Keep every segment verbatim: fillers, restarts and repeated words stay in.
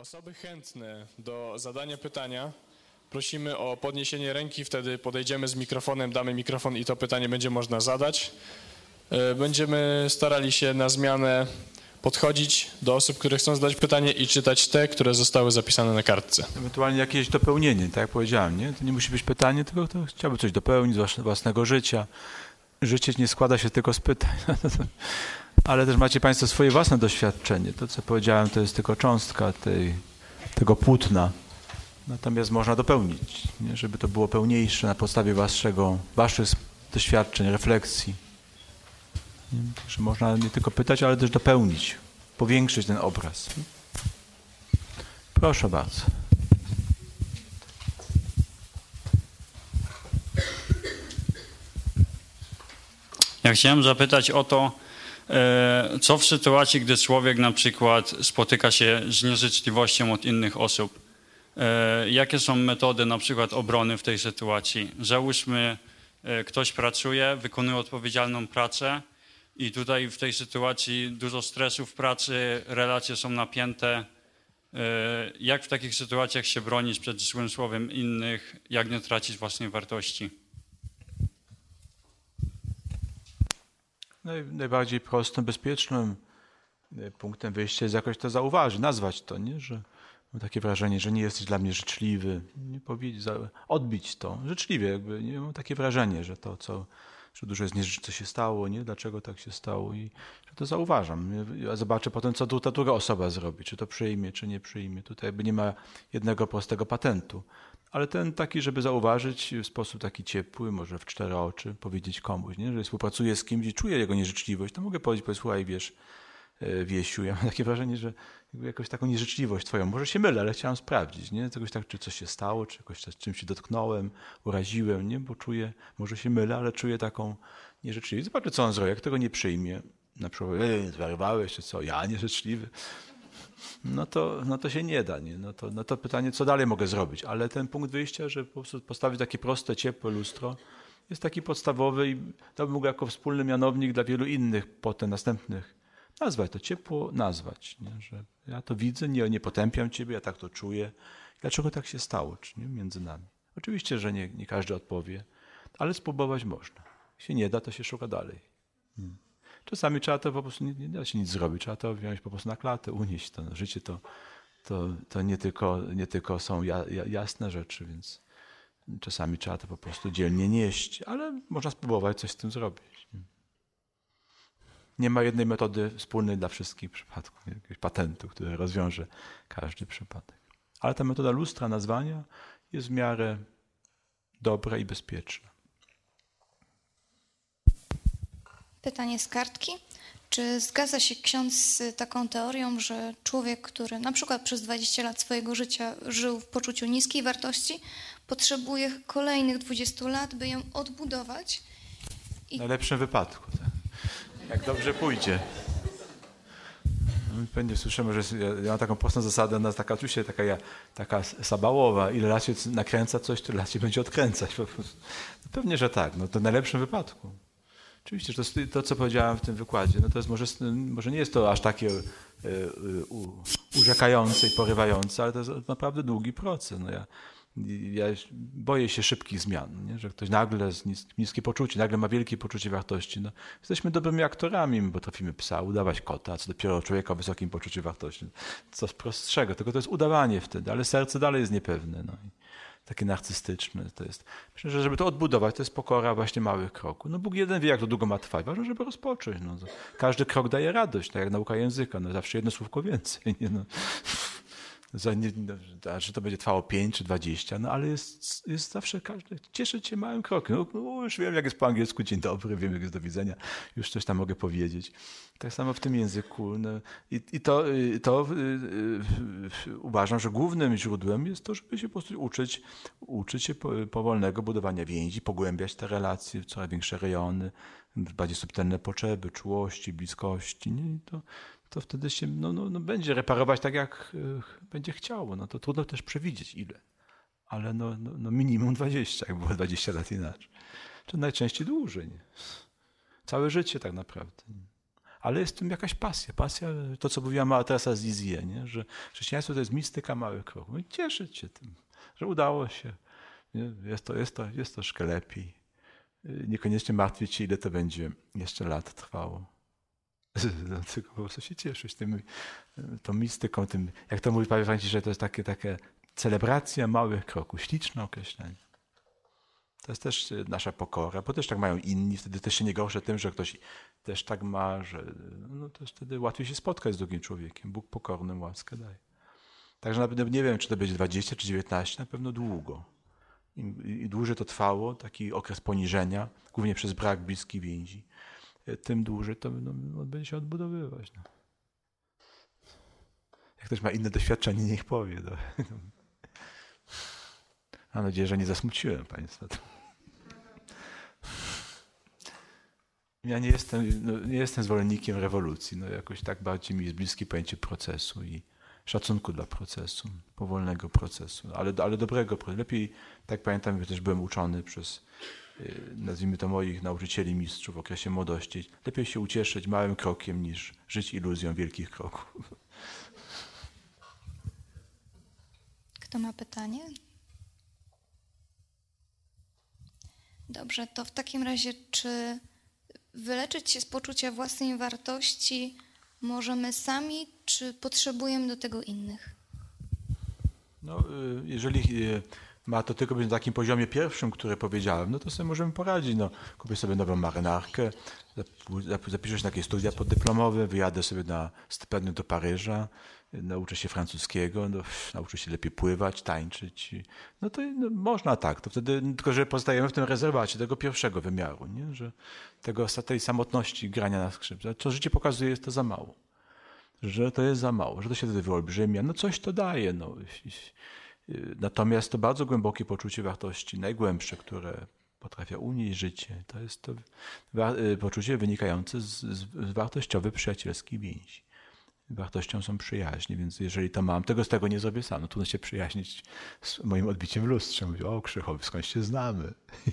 Osoby chętne do zadania pytania prosimy o podniesienie ręki, wtedy podejdziemy z mikrofonem, damy mikrofon i to pytanie będzie można zadać. Będziemy starali się na zmianę podchodzić do osób, które chcą zadać pytanie i czytać te, które zostały zapisane na kartce. Ewentualnie jakieś dopełnienie, tak jak powiedziałem, nie? To nie musi być pytanie, tylko to chciałby coś dopełnić z własnego życia. Życie nie składa się tylko z pytań, ale też macie Państwo swoje własne doświadczenie. To, co powiedziałem, to jest tylko cząstka tej, tego płótna. Natomiast można dopełnić, nie? Żeby to było pełniejsze na podstawie waszego, waszych doświadczeń, refleksji. Nie? Także można nie tylko pytać, ale też dopełnić, powiększyć ten obraz. Proszę bardzo. Ja chciałem zapytać o to, co w sytuacji, gdy człowiek na przykład spotyka się z nieżyczliwością od innych osób. Jakie są metody na przykład obrony w tej sytuacji? Załóżmy, ktoś pracuje, wykonuje odpowiedzialną pracę i tutaj w tej sytuacji dużo stresu w pracy, relacje są napięte. Jak w takich sytuacjach się bronić przed złym słowem innych, jak nie tracić własnej wartości? Naj, najbardziej prostym, bezpiecznym punktem wyjścia jest jakoś to zauważyć, nazwać to, nie? Że mam takie wrażenie, że nie jesteś dla mnie życzliwy, nie powiedzieć, odbić to życzliwie, jakby, nie? Mam takie wrażenie, że to, co, że dużo jest, nie, co się stało, nie? Dlaczego tak się stało i że to zauważam. Ja zobaczę potem, co ta druga osoba zrobi, czy to przyjmie, czy nie przyjmie. Tutaj jakby nie ma jednego prostego patentu. Ale ten taki, żeby zauważyć w sposób taki ciepły, może w cztery oczy, powiedzieć komuś, nie? Że współpracuję z kimś i czuję jego nieżyczliwość, to mogę powiedzieć, słuchaj, wiesz, Wiesiu, ja mam takie wrażenie, że jakoś taką nieżyczliwość twoją, może się mylę, ale chciałem sprawdzić, nie? Czegoś tak, czy coś się stało, czy jakoś czymś się dotknąłem, uraziłem, nie? Bo czuję, może się mylę, ale czuję taką nieżyczliwość. Zobaczę, co on zrobi, jak tego nie przyjmie, na przykład, ej, zwariowałeś, czy co, ja nieżyczliwy. No to, no to się nie da, nie? No to, no to pytanie, co dalej mogę zrobić? Ale ten punkt wyjścia, że po prostu postawić takie proste, ciepłe lustro, jest taki podstawowy i to bym mógł jako wspólny mianownik dla wielu innych potem następnych nazwać to, ciepło nazwać, nie? Że ja to widzę, nie, nie potępiam ciebie, ja tak to czuję. Dlaczego tak się stało, czy nie? Między nami? Oczywiście, że nie, nie każdy odpowie, ale spróbować można. Jeśli nie da, to się szuka dalej. Hmm. Czasami trzeba to po prostu, nie, nie da się nic zrobić, trzeba to wziąć po prostu na klatę, unieść to. No, życie to, to, to nie, tylko, nie tylko są ja, ja, jasne rzeczy, więc czasami trzeba to po prostu dzielnie nieść, ale można spróbować coś z tym zrobić. Nie, nie ma jednej metody wspólnej dla wszystkich przypadków, nie? Jakiegoś patentu, który rozwiąże każdy przypadek. Ale ta metoda lustra, nazwania jest w miarę dobra i bezpieczna. Pytanie z kartki. Czy zgadza się ksiądz z taką teorią, że człowiek, który na przykład przez dwadzieścia lat swojego życia żył w poczuciu niskiej wartości, potrzebuje kolejnych dwudziestu lat, by ją odbudować? I... W najlepszym wypadku. Tak. Jak dobrze pójdzie. My pewnie słyszymy, że ja, ja mam taką prostą zasadę, ona jest taka oczywiście taka, taka sabałowa, ile lat się nakręca coś, tyle lat się będzie odkręcać. Po prostu. No pewnie, że tak, no to w najlepszym wypadku. Oczywiście, że to, to, co powiedziałem w tym wykładzie, no to jest może, może nie jest to aż takie y, y, u, urzekające i porywające, ale to jest naprawdę długi proces. No ja, ja boję się szybkich zmian, nie? Że ktoś nagle z nis, niskie poczucie, nagle ma wielkie poczucie wartości. No, jesteśmy dobrymi aktorami, bo potrafimy psa udawać kota, a co dopiero człowieka o wysokim poczuciu wartości. Coś prostszego, tylko to jest udawanie wtedy, ale serce dalej jest niepewne. No. Takie narcystyczne to jest. Myślę, że żeby to odbudować, to jest pokora właśnie małych kroków. No Bóg jeden wie, jak to długo ma trwać. Ważne, żeby rozpocząć. No. Każdy krok daje radość, tak jak nauka języka. No, zawsze jedno słówko więcej. Nie? No. Że to będzie trwało pięć czy dwadzieścia, no ale jest, jest zawsze każdy. Cieszyć się małym krokiem. No, no, już wiem, jak jest po angielsku dzień dobry, wiem, jak jest do widzenia. Już coś tam mogę powiedzieć. Tak samo w tym języku. No, i, I to, to yy, yy, uważam, że głównym źródłem jest to, żeby się po prostu uczyć, uczyć się powolnego budowania więzi, pogłębiać te relacje w coraz większe rejony, bardziej subtelne potrzeby, czułości, bliskości. Nie? I to, to wtedy się no, no, no będzie reparować tak, jak y, będzie chciało. No to trudno też przewidzieć ile. Ale no, no, no minimum dwadzieścia, jak było dwadzieścia lat inaczej. Czy najczęściej dłużej. Nie? Całe życie tak naprawdę. Nie? ale jest w tym jakaś pasja. Pasja, to co mówiła Mała Teresa z Lisieux, nie? Że chrześcijaństwo to jest mistyka małych kroków. I cieszyć się tym, że udało się. Nie? Jest, to, jest, to, jest to troszkę lepiej. Niekoniecznie martwić się, ile to będzie jeszcze lat trwało. Tylko po prostu się cieszyć tym, tą mistyką, tym, jak to mówi Paweł Franciszek, że to jest takie, takie celebracja małych kroków, śliczne określenie. To jest też nasza pokora, bo też tak mają inni, wtedy też się nie gorszę tym, że ktoś też tak ma, że no to wtedy łatwiej się spotkać z drugim człowiekiem. Bóg pokornym łaskę daje. Także nawet nie wiem, czy to będzie dwadzieścia czy dziewiętnaście, na pewno długo. Im, im dłużej to trwało, taki okres poniżenia, głównie przez brak bliskiej więzi, tym dłużej to no, będzie się odbudowywać. No. Jak ktoś ma inne doświadczenie, niech powie. No. Mam nadzieję, że nie zasmuciłem Państwa. Ja nie jestem, no, nie jestem zwolennikiem rewolucji. No, jakoś tak bardziej mi jest bliskie pojęcie procesu i szacunku dla procesu, powolnego procesu, ale, ale dobrego procesu. Lepiej, tak pamiętam, że też byłem uczony przez, nazwijmy to, moich nauczycieli, mistrzów w okresie młodości. Lepiej się ucieszyć małym krokiem niż żyć iluzją wielkich kroków. Kto ma pytanie? Dobrze, to w takim razie, czy wyleczyć się z poczucia własnej wartości możemy sami, czy potrzebujemy do tego innych? No, jeżeli ma to tylko być na takim poziomie pierwszym, który powiedziałem, no to sobie możemy poradzić. No, kupię sobie nową marynarkę, zapiszę się na jakieś studia poddyplomowe, wyjadę sobie na stypendium do Paryża, nauczę się francuskiego, no, nauczę się lepiej pływać, tańczyć. No to no, można tak, to wtedy, tylko że pozostajemy w tym rezerwacie tego pierwszego wymiaru, nie? Że tego, tej samotności grania na skrzypcach. Co życie pokazuje, jest to za mało. Że to jest za mało, że to się wtedy wyolbrzymia. No coś to daje. No. Natomiast to bardzo głębokie poczucie wartości, najgłębsze, które potrafia unieść życie, to jest to poczucie wynikające z, z wartościowej, przyjacielskiej więzi. Wartością są przyjaźnie, więc jeżeli to mam, tego z tego nie zrobię sam. No trudno się przyjaźnić z moim odbiciem w lustrze. Mówię, o Krzysztof, skąd się znamy?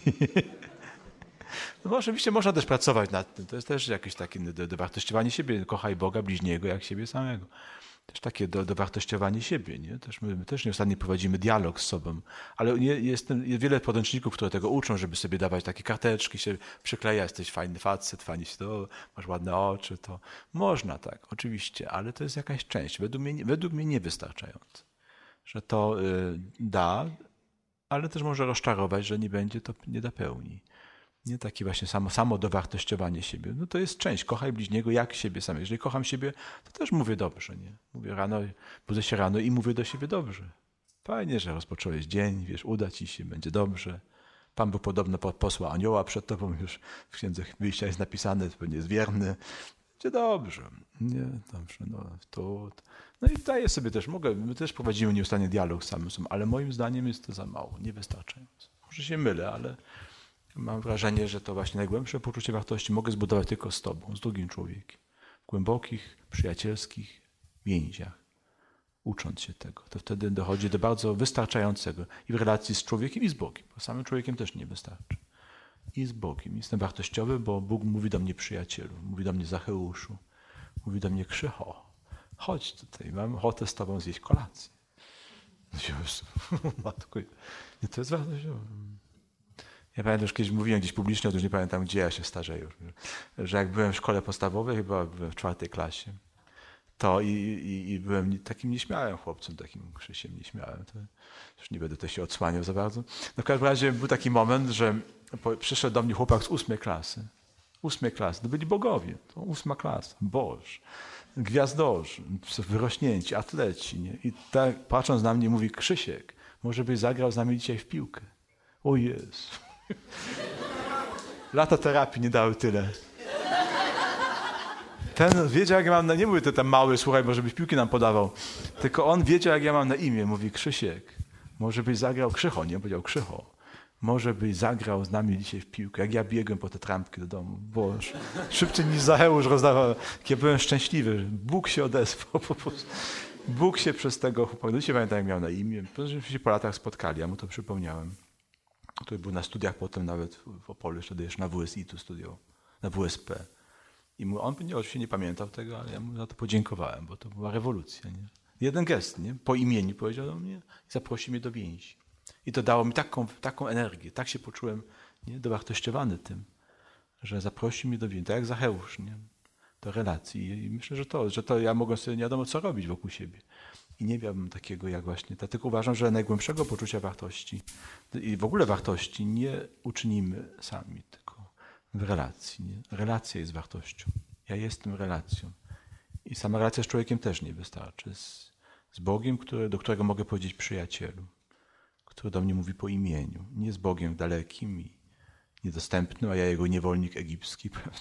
No oczywiście można też pracować nad tym. To jest też jakieś takie dowartościowanie siebie. Kochaj Boga, bliźniego jak siebie samego. Też takie do, dowartościowanie siebie. Nie? Też my, my też nieustannie prowadzimy dialog z sobą. Ale nie, jest, jest wiele podręczników, które tego uczą, żeby sobie dawać takie karteczki, się przykleja, jesteś fajny facet, fajnie się to, masz ładne oczy. To można tak, oczywiście, ale to jest jakaś część. Według mnie, według mnie niewystarczająca. Że to y, da, ale też może rozczarować, że nie będzie to, nie da pełni. Nie takie właśnie samo, samo dowartościowanie siebie. No to jest część. Kochaj bliźniego jak siebie samego. Jeżeli kocham siebie, to też mówię dobrze. Nie? Mówię rano, budzę się rano i mówię do siebie dobrze. Fajnie, że rozpocząłeś dzień, wiesz, uda ci się, będzie dobrze. Pan Bóg podobno posłał anioła przed tobą, już w Księdze Wyjścia jest napisane, to pewnie jest wierny. Będzie dobrze. Nie, dobrze, no to... No i daję sobie też, mogę, my też prowadzimy nieustannie dialog z samym sobą, ale moim zdaniem jest to za mało, niewystarczająco. Może się mylę, ale mam wrażenie, że to właśnie najgłębsze poczucie wartości mogę zbudować tylko z tobą, z drugim człowiekiem. W głębokich, przyjacielskich więziach. Ucząc się tego, to wtedy dochodzi do bardzo wystarczającego i w relacji z człowiekiem, i z Bogiem. Bo samym człowiekiem też nie wystarczy. I z Bogiem. Jestem wartościowy, bo Bóg mówi do mnie przyjacielu, mówi do mnie Zacheuszu, mówi do mnie Krzycho, chodź tutaj, mam ochotę z tobą zjeść kolację. Matko, to jest wartościowe. Ja pamiętam, że kiedyś mówiłem gdzieś publicznie, już nie pamiętam gdzie, ja się starzeję już, że jak byłem w szkole podstawowej, chyba byłem w czwartej klasie, to i, i, i byłem takim nieśmiałym chłopcem, takim Krzysiem nieśmiałym. To już nie będę też się odsłaniał za bardzo. No w każdym razie był taki moment, że po, przyszedł do mnie chłopak z ósmej klasy. Ósmej klasy. To byli bogowie. To ósma klasa. Boż. Gwiazdorzy. Wyrośnięci. Atleci. Nie? I tak patrząc na mnie mówi, Krzysiek, może byś zagrał z nami dzisiaj w piłkę. O Jezu. Lata terapii nie dały tyle. Ten wiedział, jak ja mam na... Nie mówię, to ten mały, słuchaj, może byś piłki nam podawał. Tylko on wiedział, jak ja mam na imię. Mówi, Krzysiek, może byś zagrał... Krzycho, nie? Powiedział, Krzycho. Może byś zagrał z nami dzisiaj w piłkę. Jak ja biegłem po te trampki do domu. Boże. Szybciej niż Zacheusz rozdawał. Jak ja byłem szczęśliwy. Bóg się odezwał. Po prostu. Bóg się przez tego chłopaka... Dzisiaj pamiętam, jak miał na imię. Potem się po latach spotkali, ja mu to przypomniałem. Który był na studiach potem nawet w Opolu, wtedy jeszcze na W S I tu studiował. Na W S P. I mu, on nie, oczywiście nie pamiętał tego, ale ja mu za to podziękowałem, bo to była rewolucja. Nie? Jeden gest, nie? Po imieniu powiedział do mnie i zaprosił mnie do więzi. I to dało mi taką, taką energię, tak się poczułem nie? dowartościowany tym, że zaprosił mnie do więzi, tak jak Zacheusz, nie? do relacji. I myślę, że to, że to ja mogłem sobie nie wiadomo co robić wokół siebie. I nie miałbym takiego jak właśnie, dlatego uważam, że najgłębszego poczucia wartości i w ogóle wartości nie uczynimy sami, tylko w relacji. Nie? Relacja jest wartością. Ja jestem relacją. I sama relacja z człowiekiem też nie wystarczy. Z, z Bogiem, który, do którego mogę powiedzieć przyjacielu, który do mnie mówi po imieniu. Nie z Bogiem dalekim i niedostępnym, a ja jego niewolnik egipski, prawda?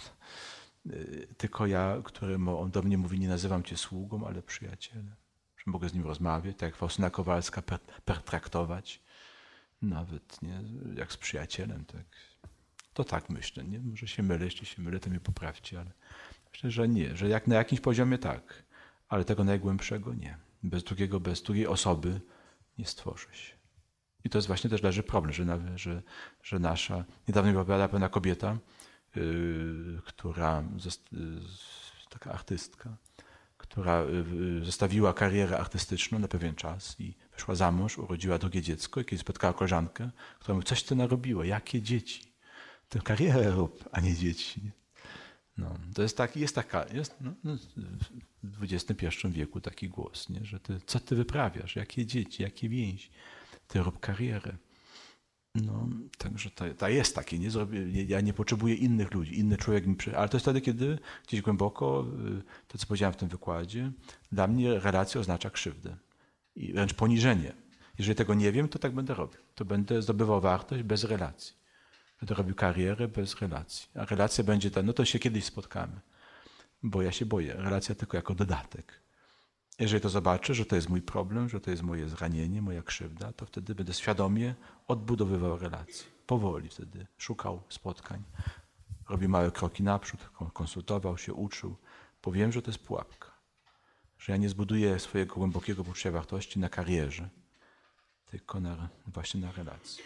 Tylko ja, któremu on do mnie mówi, nie nazywam cię sługą, ale przyjacielem. Że mogę z nim rozmawiać, tak jak Faustyna Kowalska, per, pertraktować. Nawet nie, jak z przyjacielem. Tak. To tak myślę. Nie? Może się mylę, jeśli się mylę, to mnie poprawcie, ale myślę, że nie. Że jak na jakimś poziomie tak, ale tego najgłębszego nie. Bez drugiego, bez drugiej osoby nie stworzy się. I to jest właśnie też leży problem, że, że, że nasza, niedawno mi opowiadała pewna kobieta, yy, która, yy, taka artystka, która yy, zostawiła karierę artystyczną na pewien czas i wyszła za mąż, urodziła drugie dziecko i kiedyś spotkała koleżankę, która mówi, coś ty narobiła, jakie dzieci? Tę karierę rób, a nie dzieci. No, to jest, tak, jest taka, jest no, no, w dwudziestym pierwszym wieku taki głos, nie? Że ty, co ty wyprawiasz, jakie dzieci, jakie więzi? Ty rób karierę. No, także to, to jest takie, nie zrobię, ja nie potrzebuję innych ludzi, inny człowiek mi przy... Ale to jest wtedy, kiedy gdzieś głęboko, to co powiedziałem w tym wykładzie, dla mnie relacja oznacza krzywdę i wręcz poniżenie. Jeżeli tego nie wiem, to tak będę robił. To będę zdobywał wartość bez relacji. Będę robił karierę bez relacji. A relacja będzie ta, no to się kiedyś spotkamy. Bo ja się boję. Relacja tylko jako dodatek. Jeżeli to zobaczę, że to jest mój problem, że to jest moje zranienie, moja krzywda, to wtedy będę świadomie odbudowywał relacje. Powoli wtedy szukał spotkań, robił małe kroki naprzód, konsultował się, uczył, bo wiem, że to jest pułapka. Że ja nie zbuduję swojego głębokiego poczucia wartości na karierze, tylko na, właśnie na relacji.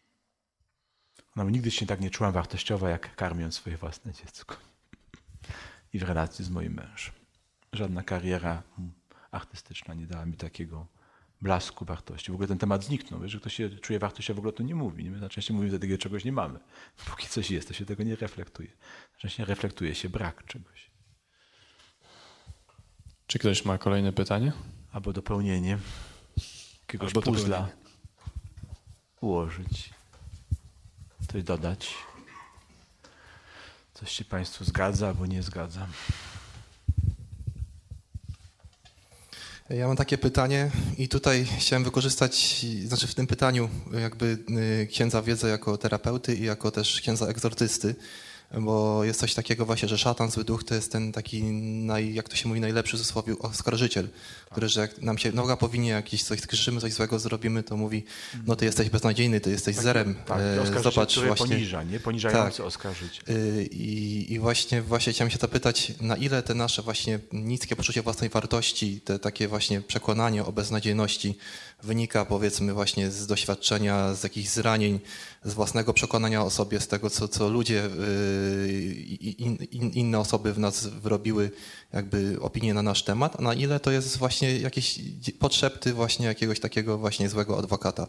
No, nigdy się tak nie czułam wartościowa, jak karmiąc swoje własne dziecko. I w relacji z moim mężem. Żadna kariera artystyczna nie dała mi takiego blasku wartości. W ogóle ten temat zniknął. Jeżeli ktoś się czuje wartościowo, w ogóle to nie mówi. My najczęściej mówimy, że takiego czegoś nie mamy. Póki coś jest, to się tego nie reflektuje. Najczęściej reflektuje się brak czegoś. Czy ktoś ma kolejne pytanie? Albo dopełnienie jakiegoś Albo puzzla dopełnienie. ułożyć. Coś dodać. Coś się Państwu zgadza albo nie zgadza. Ja mam takie pytanie i tutaj chciałem wykorzystać, znaczy w tym pytaniu jakby księdza wiedzę jako terapeuty i jako też księdza egzortysty, bo jest coś takiego właśnie, że szatan, zły duch to jest ten taki, naj, jak to się mówi, najlepszy w cudzysłowie oskarżyciel, który, że jak nam się noga powinie, jakiś coś zgrzeszymy, coś złego zrobimy, to mówi, no ty jesteś beznadziejny, ty jesteś Tak, zerem. Tak, e, zobacz który właśnie. poniża, nie? Poniżający Tak. oskarżyciel. I, I właśnie, właśnie chciałem się zapytać, na ile te nasze właśnie niskie poczucie własnej wartości, te takie właśnie przekonanie o beznadziejności wynika powiedzmy właśnie z doświadczenia, z jakichś zranień, z własnego przekonania o sobie, z tego co, co ludzie i in, in, inne osoby w nas wyrobiły jakby opinię na nasz temat, a na ile to jest właśnie jakieś podszepty właśnie jakiegoś takiego właśnie złego adwokata.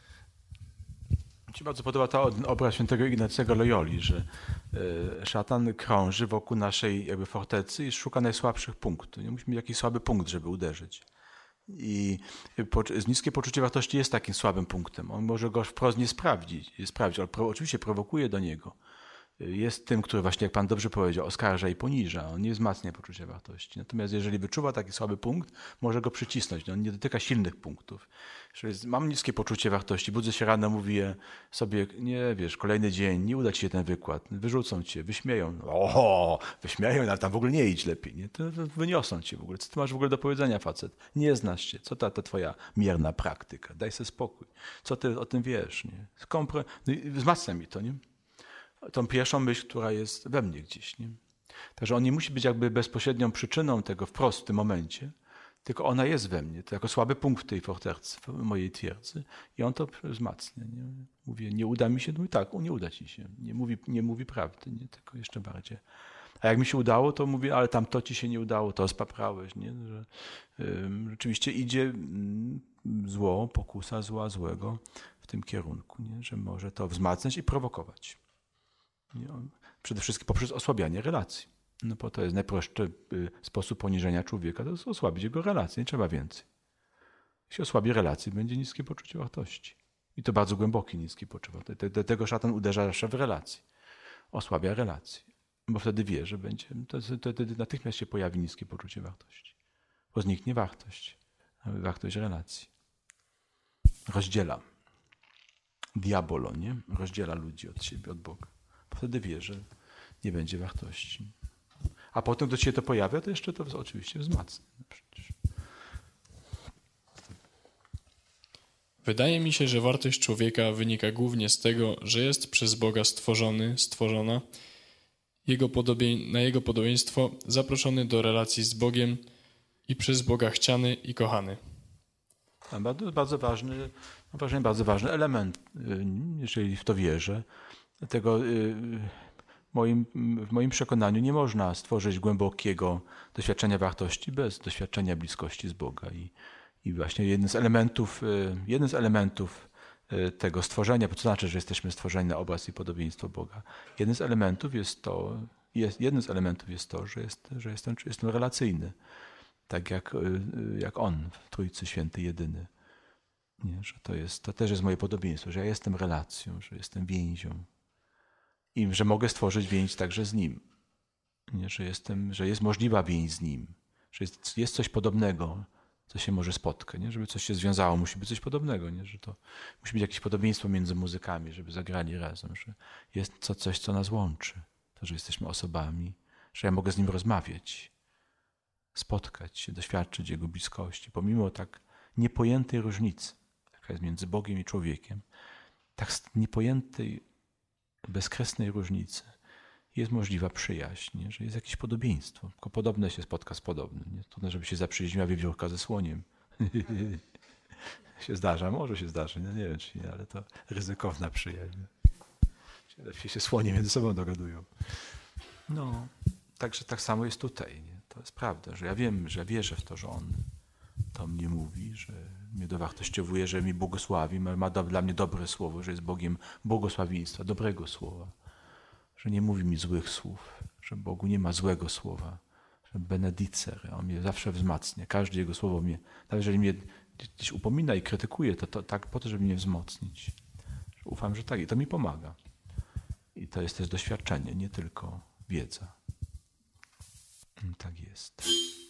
Mi się bardzo podoba ta obraz świętego Ignacego Loyoli, że szatan krąży wokół naszej jakby fortecy i szuka najsłabszych punktów. Nie musimy mieć jakiś słaby punkt, żeby uderzyć. I niskie poczucie wartości jest takim słabym punktem. On może go wprost nie sprawdzić, sprawdzić, ale oczywiście prowokuje do niego. Jest tym, który właśnie, jak Pan dobrze powiedział, oskarża i poniża. On nie wzmacnia poczucia wartości. Natomiast jeżeli wyczuwa taki słaby punkt, może go przycisnąć. On nie dotyka silnych punktów. Jeżeli mam niskie poczucie wartości, budzę się rano, mówię sobie, nie wiesz, kolejny dzień, nie uda ci się ten wykład, wyrzucą cię, wyśmieją. O, wyśmieją, ale tam w ogóle nie idź lepiej. Nie? To, to wyniosą cię w ogóle. Co ty masz w ogóle do powiedzenia, facet? Nie znasz się. Co ta, ta twoja mierna praktyka? Daj sobie spokój. Co ty o tym wiesz? Nie? Skompre... No i wzmacnia mi to, nie? Tą pierwszą myśl, która jest we mnie gdzieś. Nie? Także on nie musi być jakby bezpośrednią przyczyną tego wprost w tym momencie, tylko ona jest we mnie. To jako słaby punkt w tej forterce, w mojej twierdzy i on to wzmacnia. Nie? Mówię, nie uda mi się, no i tak, nie uda ci się. Nie mówi, nie mówi prawdy, nie? Tylko jeszcze bardziej A jak mi się udało, to mówię, ale tam to ci się nie udało, to spaprałeś. Nie? Że, y, rzeczywiście idzie y, zło, pokusa zła, złego w tym kierunku, nie? Że może to wzmacniać i prowokować. Nie? Przede wszystkim poprzez osłabianie relacji. No bo to jest najprostszy y, sposób poniżenia człowieka, to jest osłabić jego relacje, nie trzeba więcej. Jeśli osłabi relacje, będzie niskie poczucie wartości. I to bardzo głębokie niskie poczucie wartości. Do tego szatan uderza zawsze w relacje. Osłabia relacje. Bo wtedy wie, że będzie, to, to wtedy natychmiast się pojawi niskie poczucie wartości. Bo zniknie wartość. Wartość relacji. Rozdziela. Diabolo, nie? Rozdziela ludzi od siebie, od Boga. Bo wtedy wie, że nie będzie wartości. A potem, gdy się to pojawia, to jeszcze to oczywiście wzmacnia. Przecież. Wydaje mi się, że wartość człowieka wynika głównie z tego, że jest przez Boga stworzony, stworzona, jego podobie, na Jego podobieństwo zaproszony do relacji z Bogiem i przez Boga chciany i kochany. Bardzo, bardzo ważny, ważny, bardzo ważny element, jeżeli w to wierzę. Dlatego moim, w moim przekonaniu nie można stworzyć głębokiego doświadczenia wartości bez doświadczenia bliskości z Boga. I, i właśnie jeden z elementów, jeden z elementów tego stworzenia, bo to znaczy, że jesteśmy stworzeni na obraz i podobieństwo Boga. Jeden z elementów jest to, jest, jeden z elementów jest to, że, jest, że jestem, jestem relacyjny. Tak jak, jak On w Trójcy Święty Jedyny. Nie, że to, jest, to też jest moje podobieństwo, że ja jestem relacją, że jestem więzią. I że mogę stworzyć więź także z Nim. Nie, że, jestem, że jest możliwa więź z Nim. Że jest, jest coś podobnego, co się może spotkać. Nie? Żeby coś się związało, musi być coś podobnego. Nie? Że to musi być jakieś podobieństwo między muzykami, żeby zagrali razem. Że jest to coś, co nas łączy. To, że jesteśmy osobami, że ja mogę z Nim rozmawiać, spotkać się, doświadczyć Jego bliskości. Pomimo tak niepojętej różnicy, jaka jest między Bogiem i człowiekiem, tak niepojętej, bezkresnej różnicy jest możliwa przyjaźń, nie? Że jest jakieś podobieństwo. Tylko podobne się spotka z podobnym. Nie? Trudno, żeby się zaprzyjaźniła wiewiórka ze słoniem. się zdarza, może się zdarzy, no nie wiem czy nie, ale to ryzykowna przyjaźń. Lepiej się słonie między sobą dogadują. No, także tak samo jest tutaj. Nie? To jest prawda, że ja wiem, że wierzę w to, że On to mnie mówi, że mnie dowartościowuje, że mi błogosławi, ma dla mnie dobre słowo, że jest Bogiem błogosławieństwa, dobrego słowa, że nie mówi mi złych słów, że Bogu nie ma złego słowa, że benedicer, On mnie zawsze wzmacnia, każde Jego słowo mnie, nawet jeżeli mnie gdzieś upomina i krytykuje, to, to tak po to, żeby mnie wzmocnić. Że ufam, że tak i to mi pomaga. I to jest też doświadczenie, nie tylko wiedza. Tak jest.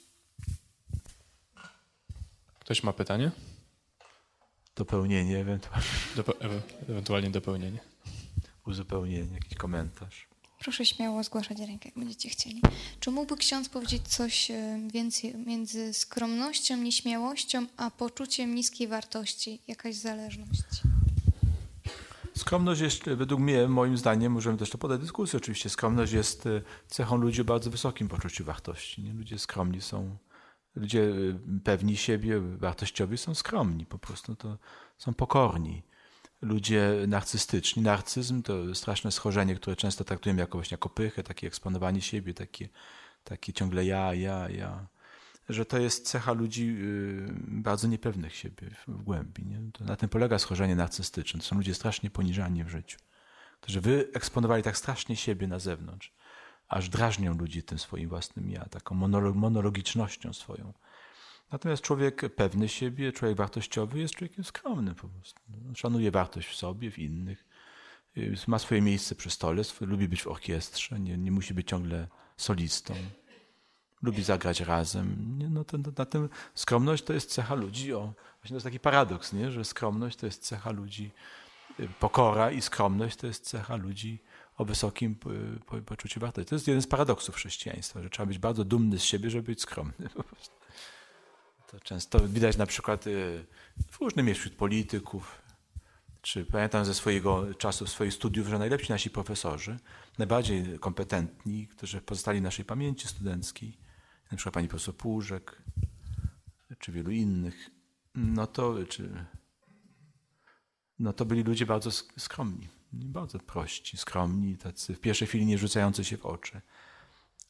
Ktoś ma pytanie? Dopełnienie ewentualnie. Dope- ewe- ewentualnie dopełnienie. Uzupełnienie, jakiś komentarz. Proszę śmiało zgłaszać rękę, jak będziecie chcieli. Czy mógłby ksiądz powiedzieć coś więcej między skromnością, nieśmiałością, a poczuciem niskiej wartości? Jakaś zależność? Skromność jest, według mnie, moim zdaniem, możemy też to podać dyskusję, oczywiście, skromność jest cechą ludzi o bardzo wysokim poczuciu wartości. Nie? Ludzie skromni są, ludzie pewni siebie, wartościowi są skromni, po prostu to są pokorni. Ludzie narcystyczni, narcyzm to straszne schorzenie, które często traktujemy jako właśnie jako pychę, takie eksponowanie siebie, takie, takie ciągle ja, ja, ja. Że to jest cecha ludzi bardzo niepewnych siebie w głębi. Nie? To na tym polega schorzenie narcystyczne. To są ludzie strasznie poniżani w życiu, którzy wyeksponowali tak strasznie siebie na zewnątrz, aż drażnią ludzi tym swoim własnym ja, taką monologicznością swoją. Natomiast człowiek pewny siebie, człowiek wartościowy jest człowiekiem skromnym po prostu. Szanuje wartość w sobie, w innych, ma swoje miejsce przy stole, lubi być w orkiestrze, nie, nie musi być ciągle solistą. Lubi zagrać razem. Nie, no to, to, na tym skromność to jest cecha ludzi. O, właśnie to jest taki paradoks, nie? Że skromność to jest cecha ludzi, pokora i skromność to jest cecha ludzi o wysokim po, poczuciu wartości. To jest jeden z paradoksów chrześcijaństwa, że trzeba być bardzo dumny z siebie, żeby być skromny. To często widać na przykład w różnym miejscu wśród polityków, czy pamiętam ze swojego czasu, swoich studiów, że najlepsi nasi profesorzy, najbardziej kompetentni, którzy pozostali w naszej pamięci studenckiej, na przykład pani profesor Półżek, czy wielu innych, no to, czy, no to byli ludzie bardzo skromni, bardzo prości, skromni, tacy w pierwszej chwili nie rzucający się w oczy.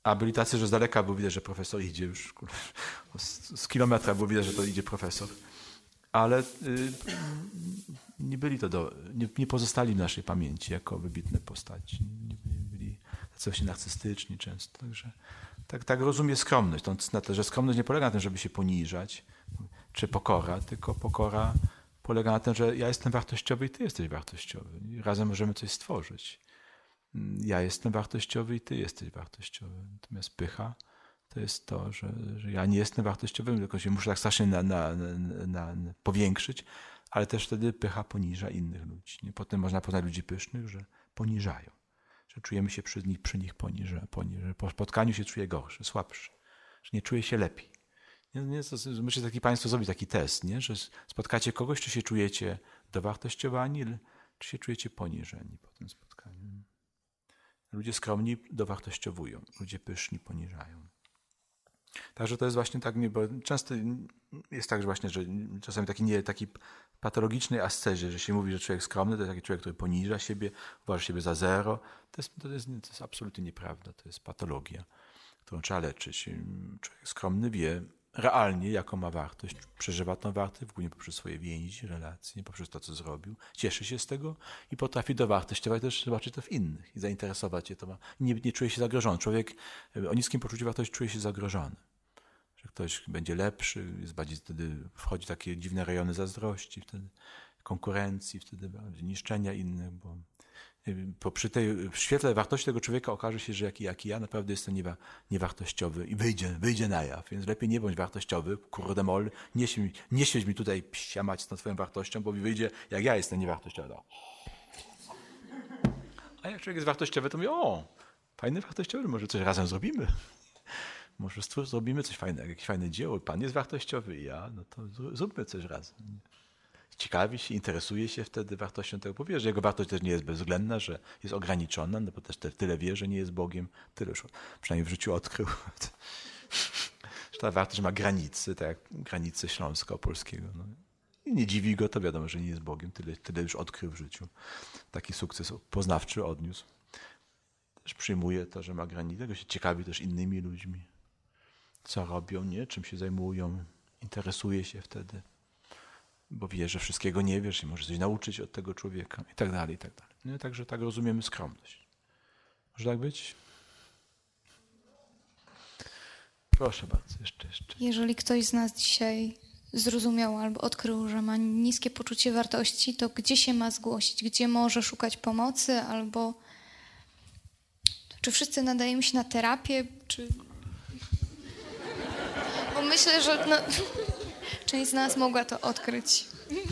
A byli tacy, że z daleka było widać, że profesor idzie już. Z, z kilometra było widać, że to idzie profesor. Ale y, nie byli to do, nie, nie pozostali w naszej pamięci jako wybitne postaci. Nie, nie byli tacy właśnie narcystyczni często. Także tak, tak rozumiem skromność. To, na to, że skromność nie polega na tym, żeby się poniżać, czy pokora, tylko pokora polega na tym, że ja jestem wartościowy i ty jesteś wartościowy. I razem możemy coś stworzyć. Ja jestem wartościowy i ty jesteś wartościowy. Natomiast pycha to jest to, że, że ja nie jestem wartościowy, tylko się muszę tak strasznie na, na, na, na powiększyć, ale też wtedy pycha poniża innych ludzi. Nie? Potem można poznać ludzi pysznych, że poniżają, że czujemy się przy nich, przy nich poniża, poniża, że po spotkaniu się czuje gorszy, słabszy, że nie czuje się lepiej. Nie, nie, myślę, że taki Państwo zrobić taki test, nie? Że spotkacie kogoś, czy się czujecie dowartościowani, czy się czujecie poniżeni po tym spotkaniu. Ludzie skromni dowartościowują, ludzie pyszni poniżają. Także to jest właśnie tak, bo często jest tak, że właśnie, że czasami taki, nie, taki patologicznej ascezie, że się mówi, że człowiek skromny to jest taki człowiek, który poniża siebie, uważa siebie za zero. To jest, to jest, to jest absolutnie nieprawda, to jest patologia, którą trzeba leczyć. Człowiek skromny wie realnie, jaką ma wartość, przeżywa tą wartość, głównie poprzez swoje więzi, relacje, poprzez to, co zrobił, cieszy się z tego i potrafi dowartościować też, zobaczyć to w innych i zainteresować się to. Nie, nie czuje się zagrożony. Człowiek o niskim poczuciu wartości czuje się zagrożony. Że ktoś będzie lepszy, jest bardziej wtedy wchodzi w takie dziwne rejony zazdrości, wtedy konkurencji, wtedy niszczenia innych, bo Bo przy tej, w świetle wartości tego człowieka okaże się, że jaki, jaki ja naprawdę jestem niewa, niewartościowy i wyjdzie, wyjdzie na jaw. Więc lepiej nie bądź wartościowy, kurde mol, nie, nie siedź mi tutaj psiamać z tą twoją wartością, bo mi wyjdzie, jak ja jestem niewartościowy. A jak człowiek jest wartościowy, to mówi, o, fajny wartościowy, może coś razem zrobimy. Może zrobimy coś fajnego, jakieś fajne dzieło. Pan jest wartościowy i ja, no to zróbmy coś razem. Ciekawi się, interesuje się wtedy wartością tego, bo wie, że jego wartość też nie jest bezwzględna, że jest ograniczona, no bo też tyle wie, że nie jest Bogiem, tyle już przynajmniej w życiu odkrył. Że ta wartość ma granice, tak jak granice śląsko-polskiego. No. I nie dziwi go, to wiadomo, że nie jest Bogiem, tyle, tyle już odkrył w życiu. Taki sukces poznawczy odniósł. Też przyjmuje to, że ma granice, tego się ciekawi też innymi ludźmi, co robią, nie, czym się zajmują, interesuje się wtedy. Bo wie, że wszystkiego nie wiesz i może coś nauczyć od tego człowieka i tak dalej, i tak dalej. No, także tak rozumiemy skromność. Może tak być? Proszę bardzo, jeszcze, jeszcze. Jeżeli ktoś z nas dzisiaj zrozumiał albo odkrył, że ma niskie poczucie wartości, to gdzie się ma zgłosić? Gdzie może szukać pomocy? Albo czy wszyscy nadajemy się na terapię? Czy... Bo myślę, że no, część z nas mogła to odkryć.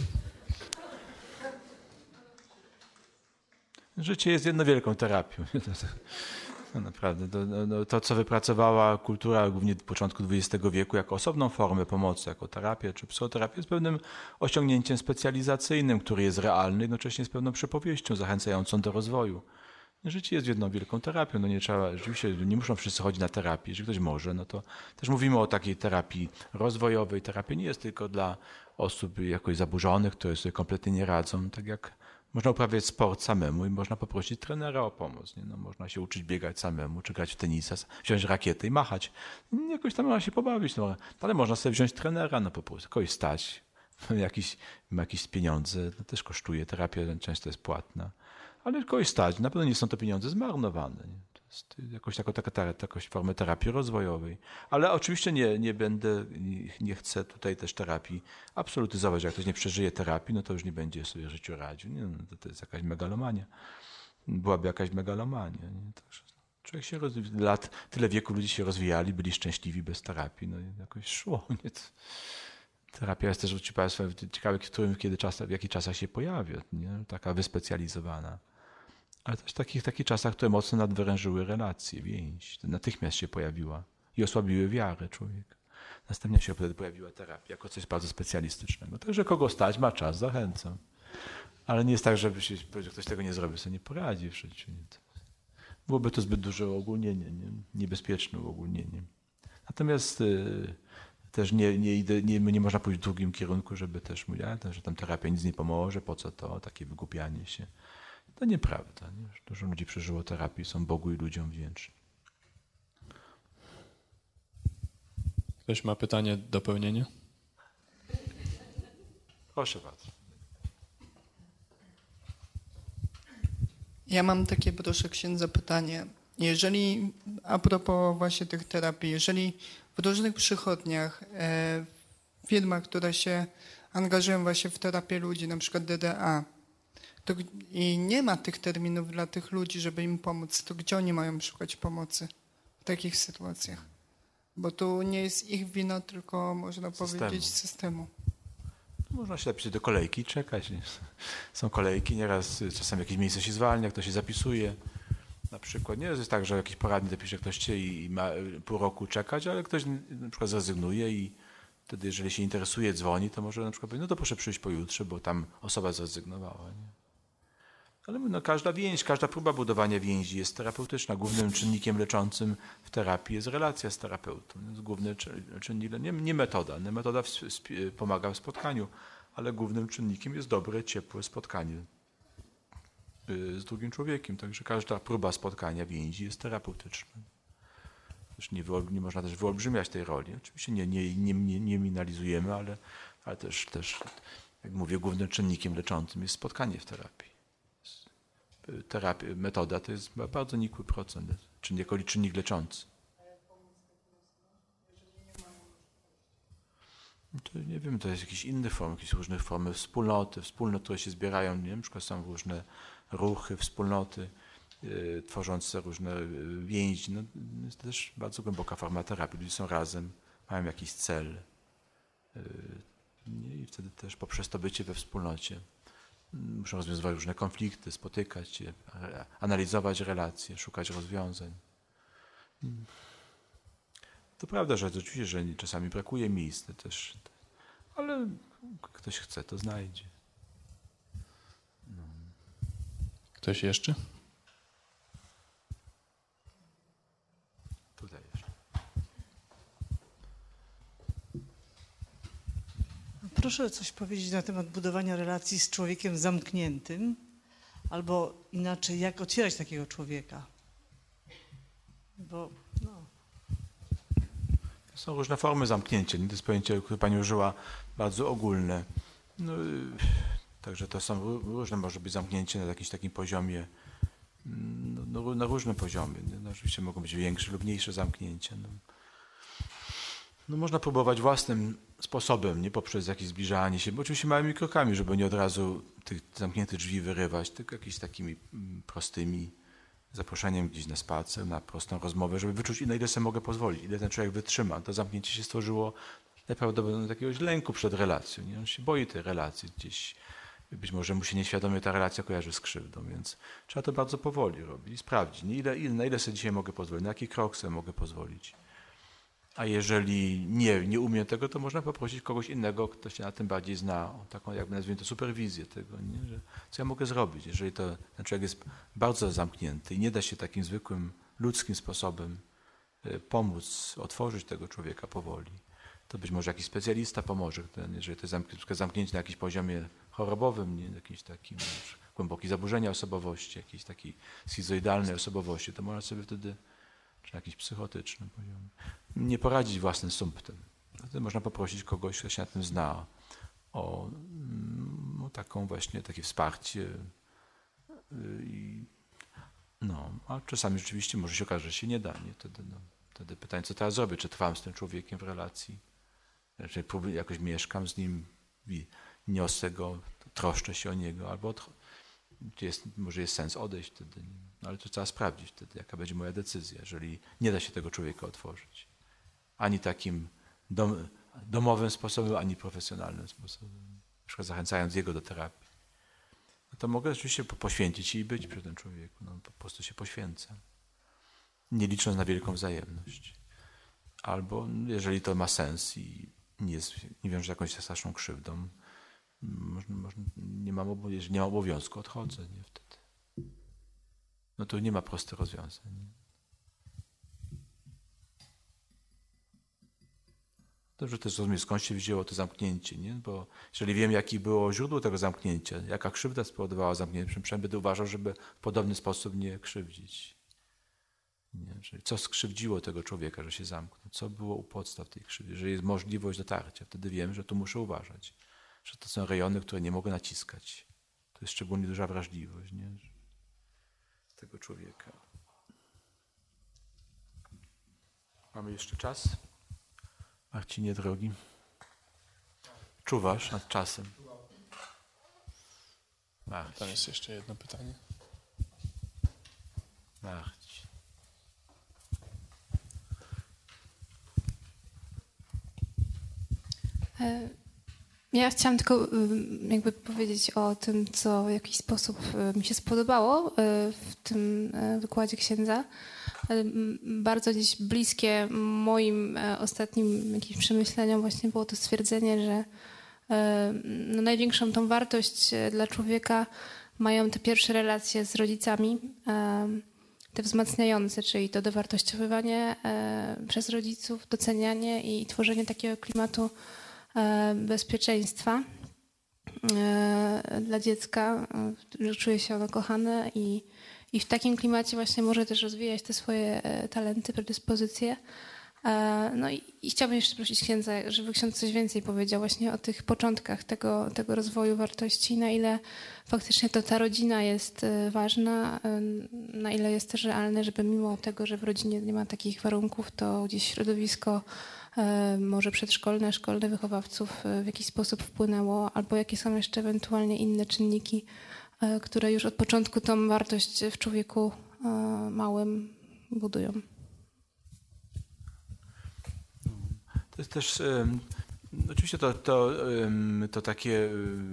Życie jest jedną wielką terapią. No naprawdę. To, no, to, co wypracowała kultura głównie w początku dwudziestego wieku jako osobną formę pomocy, jako terapię czy psychoterapię, jest pewnym osiągnięciem specjalizacyjnym, który jest realny, jednocześnie z pewną przypowieścią zachęcającą do rozwoju. Życie jest jedną wielką terapią. No nie trzeba, rzeczywiście nie muszą wszyscy chodzić na terapię. Jeżeli ktoś może, no to też mówimy o takiej terapii rozwojowej. Terapia nie jest tylko dla osób jakoś zaburzonych, które sobie kompletnie nie radzą. Tak jak można uprawiać sport samemu i można poprosić trenera o pomoc. Nie? No, można się uczyć biegać samemu, czy grać w tenisa, wziąć rakietę i machać. Jakoś tam można się pobawić. No, ale można sobie wziąć trenera, no po prostu kogoś stać. Jakiś, ma jakieś pieniądze, to też kosztuje. Terapia często jest płatna. Ale kogoś stać, na pewno nie są to pieniądze zmarnowane. Nie? To jest jakoś taka, taka, taka formę terapii rozwojowej. Ale oczywiście nie, nie będę, nie, nie chcę tutaj też terapii absolutyzować. Jak ktoś nie przeżyje terapii, no to już nie będzie sobie w życiu radził. Nie? No to, to jest jakaś megalomania. Byłaby jakaś megalomania. Nie? Także człowiek się rozwija, lat, tyle wieku ludzie się rozwijali, byli szczęśliwi bez terapii. No jakoś szło. Nie? To, terapia jest też ciekawe, w którym, kiedy czas, w jakich czasach się pojawia. Nie? Taka wyspecjalizowana. Ale też w takich, takich czasach, które mocno nadwyrężyły relacje, więź. Natychmiast się pojawiła i osłabiły wiarę człowieka. Następnie się wtedy pojawiła terapia jako coś bardzo specjalistycznego. Także kogo stać, ma czas, zachęcam. Ale nie jest tak, żeby się, że ktoś tego nie zrobi, sobie nie poradzi w życiu. Byłoby to zbyt duże uogólnienie, nie? Niebezpieczne uogólnienie. Natomiast y, też nie, nie, nie, nie można pójść w drugim kierunku, żeby też mówić, a, że tam terapia nic nie pomoże, po co to, takie wygłupianie się. To nieprawda. Nie? Dużo ludzi przeżyło terapię, są Bogu i ludziom wdzięczni. Ktoś ma pytanie, dopełnienie? Proszę bardzo. Ja mam takie, proszę księdza, pytanie. Jeżeli, a propos właśnie tych terapii, jeżeli w różnych przychodniach, e, firmach, które się angażują właśnie w terapię ludzi, na przykład D D A, to, i nie ma tych terminów dla tych ludzi, żeby im pomóc, to gdzie oni mają szukać pomocy w takich sytuacjach? Bo tu nie jest ich wina, tylko można Systemu. powiedzieć systemu. Można się zapisać do kolejki i czekać. Nie? Są kolejki, nieraz czasem jakieś miejsce się zwalnia, ktoś się zapisuje. Na przykład nie jest tak, że jakiś poradnik zapisze ktoś cię i ma pół roku czekać, ale ktoś na przykład zrezygnuje i wtedy, jeżeli się interesuje, dzwoni, to może na przykład powiedzieć, no to proszę przyjść pojutrze, bo tam osoba zrezygnowała. Nie? Ale no, każda więź, każda próba budowania więzi jest terapeutyczna. Głównym czynnikiem leczącym w terapii jest relacja z terapeutą. To jest główny czynnik, nie, nie metoda. Nie metoda w, w, pomaga w spotkaniu, ale głównym czynnikiem jest dobre, ciepłe spotkanie z drugim człowiekiem. Także każda próba spotkania więzi jest terapeutyczna. Też nie, nie można też wyolbrzymiać tej roli. Oczywiście nie, nie, nie, nie, nie minimalizujemy, ale, ale też, też, jak mówię, głównym czynnikiem leczącym jest spotkanie w terapii. Terapia, metoda to jest bardzo nikły procent, czynnik, czynnik leczący. To nie wiem, to jest jakieś inne formy, jakieś różne formy wspólnoty, wspólnot, które się zbierają, nie wiem, na przykład są różne ruchy, wspólnoty yy, tworzące różne więzi. No, jest to też bardzo głęboka forma terapii. Ludzie są razem, mają jakiś cel yy, i wtedy też poprzez to bycie we wspólnocie muszą rozwiązywać różne konflikty, spotykać się, analizować relacje, szukać rozwiązań. To prawda, że oczywiście, że czasami brakuje miejsc też, ale ktoś chce, to znajdzie. No. Ktoś jeszcze? Tutaj jeszcze. Proszę coś powiedzieć na temat budowania relacji z człowiekiem zamkniętym, albo inaczej, jak otwierać takiego człowieka. Bo, no. Są różne formy zamknięcia. To jest pojęcie, które Pani użyła, bardzo ogólne. No, także to są różne, może być zamknięcie na jakimś takim poziomie, no, no, na różnym poziomie. No, oczywiście mogą być większe lub mniejsze zamknięcia. No. No, można próbować własnym sposobem, nie poprzez jakieś zbliżanie się, bo oczywiście małymi krokami, żeby nie od razu tych zamkniętych drzwi wyrywać, tylko jakimiś takimi prostymi, zaproszeniem gdzieś na spacer, na prostą rozmowę, żeby wyczuć, na ile sobie mogę pozwolić, ile ten człowiek wytrzyma. To zamknięcie się stworzyło najprawdopodobniej jakiegoś lęku przed relacją. Nie? On się boi tej relacji gdzieś. Być może mu się nieświadomie ta relacja kojarzy z krzywdą, więc trzeba to bardzo powoli robić i sprawdzić, nie? Ile, ile, na ile sobie dzisiaj mogę pozwolić, na jaki krok sobie mogę pozwolić. A jeżeli nie, nie umiem tego, to można poprosić kogoś innego, kto się na tym bardziej zna, o taką, jakby nazwijmy to, superwizję tego, nie? Że co ja mogę zrobić, jeżeli to, ten człowiek jest bardzo zamknięty i nie da się takim zwykłym, ludzkim sposobem pomóc, otworzyć tego człowieka powoli, to być może jakiś specjalista pomoże, ten, jeżeli to jest zamknięcie na jakimś poziomie chorobowym, nie? Jakimś takim głębokie zaburzenia osobowości, jakiejś takiej schizoidalnej osobowości, to można sobie wtedy, czy jakiś psychotyczny poziom, nie poradzić własnym sumptem. Wtedy można poprosić kogoś, kto się na tym zna, o, o taką właśnie, takie wsparcie. I, no, a czasami rzeczywiście może się okazać, że się nie da. Nie? Wtedy, no, wtedy pytanie, co teraz zrobię? Czy trwam z tym człowiekiem w relacji? Czy jakoś mieszkam z nim, niosę go, troszczę się o niego, albo od, jest, może jest sens odejść wtedy. No, ale to trzeba sprawdzić wtedy, jaka będzie moja decyzja, jeżeli nie da się tego człowieka otworzyć. Ani takim dom, domowym sposobem, ani profesjonalnym sposobem. Na przykład zachęcając jego do terapii. No to mogę oczywiście poświęcić się i być przy tym człowieku. No, po prostu się poświęcam. Nie licząc na wielką wzajemność. Albo jeżeli to ma sens i nie, jest, nie wiąże z jakąś straszną krzywdą, można, można, nie, mam, jeżeli nie mam obowiązku, odchodzę. Nie, wtedy. No to nie ma prostych rozwiązań. Dobrze też rozumiem, skąd się wzięło to zamknięcie, nie? Bo jeżeli wiem, jakie było źródło tego zamknięcia, jaka krzywda spowodowała zamknięcie, przynajmniej będę uważał, żeby w podobny sposób nie krzywdzić. Nie? Że co skrzywdziło tego człowieka, że się zamknął? Co było u podstaw tej krzywdy? Że jest możliwość dotarcia. Wtedy wiem, że tu muszę uważać. Że to są rejony, które nie mogę naciskać. To jest szczególnie duża wrażliwość, nie? Tego człowieka. Mamy jeszcze czas? Marcinie drogi. Czuwasz nad czasem. Marcin. Tam jest jeszcze jedno pytanie. Marcin. Ja chciałam tylko jakby powiedzieć o tym, co w jakiś sposób mi się spodobało w tym wykładzie księdza. Bardzo gdzieś bliskie moim ostatnim jakimś przemyśleniom właśnie było to stwierdzenie, że no największą tą wartość dla człowieka mają te pierwsze relacje z rodzicami, te wzmacniające, czyli to dowartościowywanie przez rodziców, docenianie i tworzenie takiego klimatu bezpieczeństwa dla dziecka, że czuje się ono kochane i, i w takim klimacie właśnie może też rozwijać te swoje talenty, predyspozycje. No i, i chciałabym jeszcze prosić księdza, żeby ksiądz coś więcej powiedział właśnie o tych początkach tego, tego rozwoju wartości, na ile faktycznie to ta rodzina jest ważna, na ile jest też realne, żeby mimo tego, że w rodzinie nie ma takich warunków, to gdzieś środowisko może przedszkolne, szkolne wychowawców w jakiś sposób wpłynęło, albo jakie są jeszcze ewentualnie inne czynniki, które już od początku tą wartość w człowieku małym budują. To jest też um, oczywiście to, to, um, to takie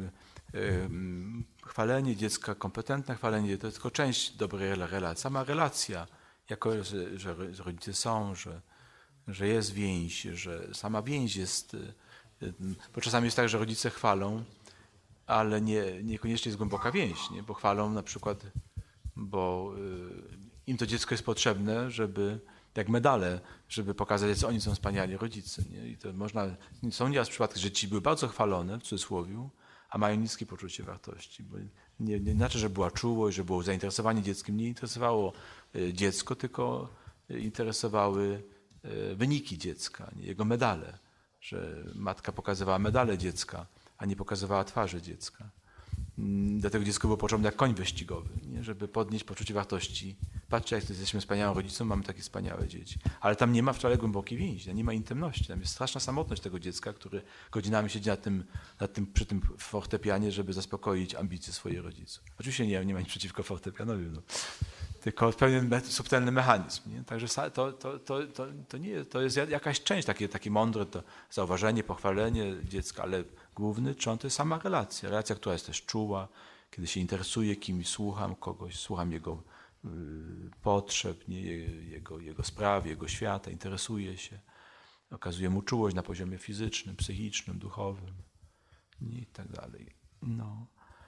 um, chwalenie dziecka, kompetentne chwalenie, to jest tylko część dobrej relacji. Sama relacja, jako że, że rodzice są, że że jest więź, że sama więź jest, bo czasami jest tak, że rodzice chwalą, ale nie, niekoniecznie jest głęboka więź, nie? Bo chwalą na przykład, bo im to dziecko jest potrzebne, żeby, jak medale, żeby pokazać, że oni są wspaniali rodzice. Nie? I to można, są nieraz przypadki, że ci były bardzo chwalone, w cudzysłowie, a mają niskie poczucie wartości. Bo nie, nie znaczy, że była czułość, że było zainteresowanie dzieckiem. Nie interesowało dziecko, tylko interesowały wyniki dziecka, nie jego medale, że matka pokazywała medale dziecka, a nie pokazywała twarzy dziecka. Dlatego dziecko było potrzebne jak koń wyścigowy, nie? Żeby podnieść poczucie wartości. Patrzcie, jak jesteśmy wspaniałą rodzicą, mamy takie wspaniałe dzieci. Ale tam nie ma wcale głębokiej więzi, nie ma intymności. Tam jest straszna samotność tego dziecka, który godzinami siedzi na tym, na tym, przy tym fortepianie, żeby zaspokoić ambicje swoich rodziców. Oczywiście nie, nie ma nic przeciwko fortepianowi, no. Tylko pewien me, subtelny mechanizm. Nie? Także to, to, to, to, to, nie, to jest jakaś część, takie, takie mądre to zauważenie, pochwalenie dziecka, ale główny trzon to jest sama relacja. Relacja, która jest też czuła, kiedy się interesuje kimś, słucham kogoś, słucham jego y, potrzeb, nie? Jego, jego spraw, jego świata, interesuję się, okazuję mu czułość na poziomie fizycznym, psychicznym, duchowym, nie? I tak dalej. No.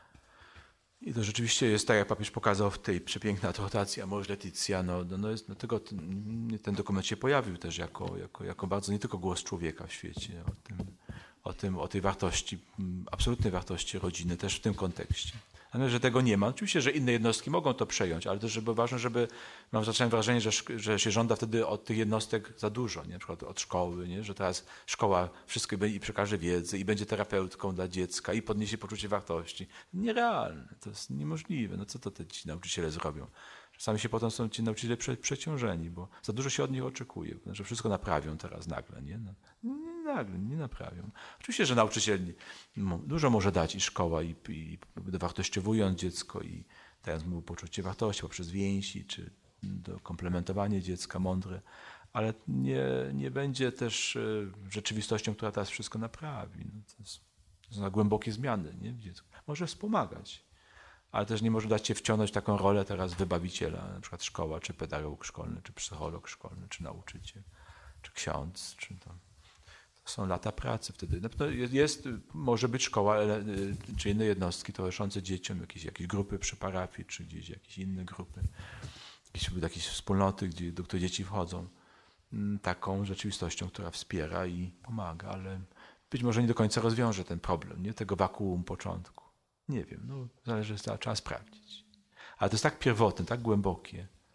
I to rzeczywiście jest tak, jak papież pokazał w tej przepięknej adhortacji Amoris Laetitia, no, no, no jest, dlatego ten, ten dokument się pojawił też jako, jako, jako bardzo nie tylko głos człowieka w świecie, o tym, o tym, o tej wartości, absolutnej wartości rodziny, też w tym kontekście. Ale że tego nie ma. Oczywiście, że inne jednostki mogą to przejąć, ale też żeby ważne, żeby, mam zacząłem wrażenie, że, że się żąda wtedy od tych jednostek za dużo, nie? Na przykład od szkoły, nie? Że teraz szkoła wszystko i przekaże wiedzę i będzie terapeutką dla dziecka i podniesie poczucie wartości. Nierealne, to jest niemożliwe. No co to te ci nauczyciele zrobią? Czasami się potem są ci nauczyciele prze, przeciążeni, bo za dużo się od nich oczekuje, że wszystko naprawią teraz nagle, nie? No, nie nagle, nie naprawią. Oczywiście, że nauczyciel dużo może dać i szkoła, i, i dowartościowując dziecko i dając mu poczucie wartości poprzez więzi, czy do komplementowanie dziecka mądre, ale nie, nie będzie też rzeczywistością, która teraz wszystko naprawi. No, to, jest, to są głębokie zmiany, nie? W dziecku. Może wspomagać, ale też nie może dać się wciągnąć w taką rolę teraz wybawiciela, na przykład szkoła, czy pedagog szkolny, czy psycholog szkolny, czy nauczyciel, czy ksiądz, czy to. To są lata pracy wtedy. Jest, jest, może być szkoła, czy inne jednostki towarzyszące dzieciom, jakieś, jakieś grupy przy parafii, czy gdzieś jakieś inne grupy, jakieś, jakieś wspólnoty, gdzie, do których dzieci wchodzą, taką rzeczywistością, która wspiera i pomaga, ale być może nie do końca rozwiąże ten problem, nie? Tego wakuum początku. Nie wiem, no, zależy, trzeba sprawdzić. Ale to jest tak pierwotne, tak głębokie,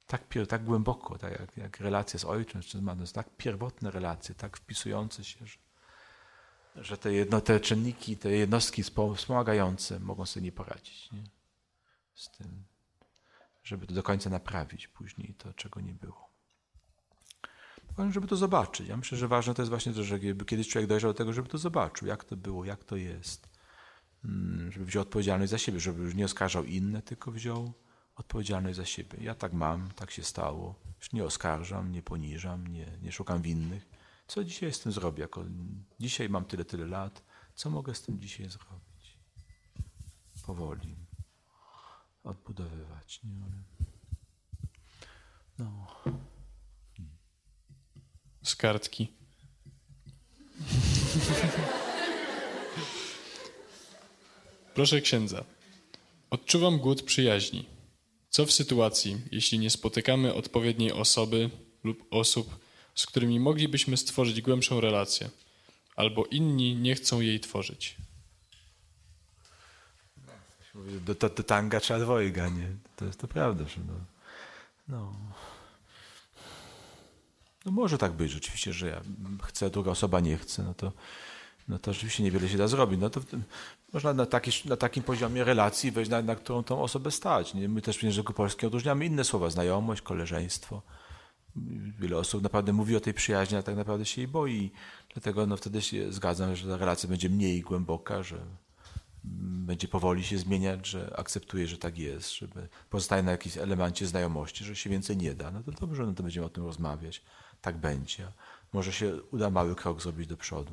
tak, tak głęboko, tak jak, jak relacje z ojcem czy z matką, tak pierwotne relacje, tak wpisujące się, że, że te, jedno, te czynniki, te jednostki wspomagające mogą sobie nie poradzić, nie? Z tym, żeby to do końca naprawić później to, czego nie było. Żeby to zobaczyć. Ja myślę, że ważne to jest właśnie to, że kiedyś człowiek dojrzał do tego, żeby to zobaczył, jak to było, jak to jest. Żeby wziął odpowiedzialność za siebie, żeby już nie oskarżał innych, tylko wziął odpowiedzialność za siebie. Ja tak mam, tak się stało. Już nie oskarżam, nie poniżam, nie, nie szukam winnych. Co dzisiaj z tym zrobię? Jako dzisiaj mam tyle, tyle lat. Co mogę z tym dzisiaj zrobić? Powoli odbudowywać. Nie? No. Z kartki. Proszę księdza. Odczuwam głód przyjaźni. Co w sytuacji, jeśli nie spotykamy odpowiedniej osoby lub osób, z którymi moglibyśmy stworzyć głębszą relację, albo inni nie chcą jej tworzyć? Do, do, do tanga trzeba dwojga, nie? To jest to prawda, że no, no. No może tak być rzeczywiście, że ja chcę, druga osoba nie chce, no to, no to rzeczywiście niewiele się da zrobić. No to można na, taki, na takim poziomie relacji wejść, na, na którą tą osobę stać. Nie? My też w języku polskim odróżniamy inne słowa, znajomość, koleżeństwo. Wiele osób naprawdę mówi o tej przyjaźni, a tak naprawdę się jej boi. Dlatego no wtedy się zgadzam, że ta relacja będzie mniej głęboka, że będzie powoli się zmieniać, że akceptuje, że tak jest, żeby pozostaje na jakimś elemencie znajomości, że się więcej nie da. No to dobrze, no to będziemy o tym rozmawiać. Tak będzie. Może się uda mały krok zrobić do przodu.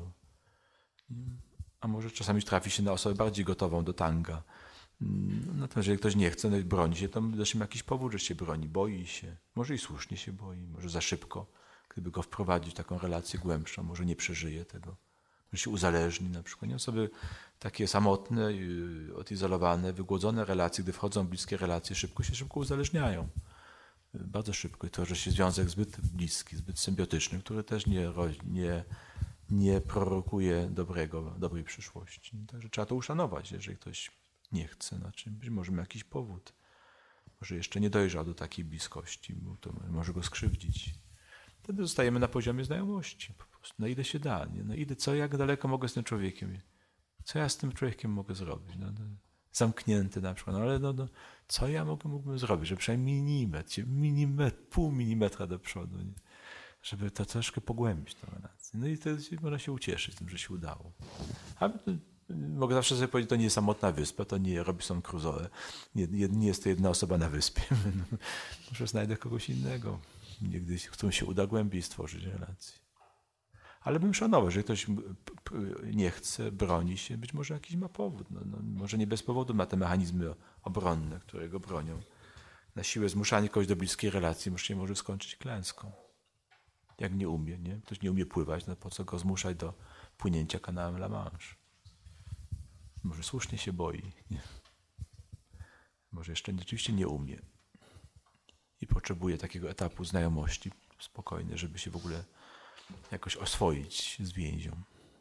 A może czasami trafi się na osobę bardziej gotową do tanga. No to jeżeli ktoś nie chce, no i broni się, to zresztą jakiś powód, że się broni, boi się. Może i słusznie się boi, może za szybko. Gdyby go wprowadzić w taką relację głębszą, może nie przeżyje tego. Może się uzależni na przykład. Nie? Osoby takie samotne, odizolowane, wygłodzone relacje, gdy wchodzą w bliskie relacje, szybko się szybko uzależniają. Bardzo szybko. I tworzy się związek zbyt bliski, zbyt symbiotyczny, który też nie, nie, nie prorokuje dobrego, dobrej przyszłości. Także trzeba to uszanować, jeżeli ktoś nie chce, znaczy być może ma jakiś powód. Może jeszcze nie dojrzał do takiej bliskości, bo to może go skrzywdzić. Wtedy zostajemy na poziomie znajomości. Po prostu, na ile się da. Nie? Na ile, co, jak daleko mogę z tym człowiekiem? Co ja z tym człowiekiem mogę zrobić? No, no, zamknięty na przykład. No, ale no, no, co ja mogę, mógłbym zrobić? Że przynajmniej milimetr, milimetr, pół milimetra do przodu. Nie? Żeby to troszkę pogłębić tę relację. No i wtedy można się ucieszyć tym, że się udało. A mogę zawsze sobie powiedzieć, to nie jest samotna wyspa, to nie Robinson Crusoe. Nie, nie jest to jedna osoba na wyspie. Może znajdę kogoś innego. Niegdyś, którym się uda głębiej stworzyć relację. Ale bym szanował, że ktoś nie chce, broni się, być może jakiś ma powód. No, no, może nie bez powodu ma te mechanizmy obronne, które go bronią. Na siłę zmuszanie kogoś do bliskiej relacji może się może skończyć klęską. Jak nie umie, nie? Ktoś nie umie pływać, no po co go zmuszać do płynięcia kanałem La Manche? Może słusznie się boi. Nie? Może jeszcze rzeczywiście nie umie. I potrzebuje takiego etapu znajomości spokojnej, żeby się w ogóle jakoś oswoić z więzią.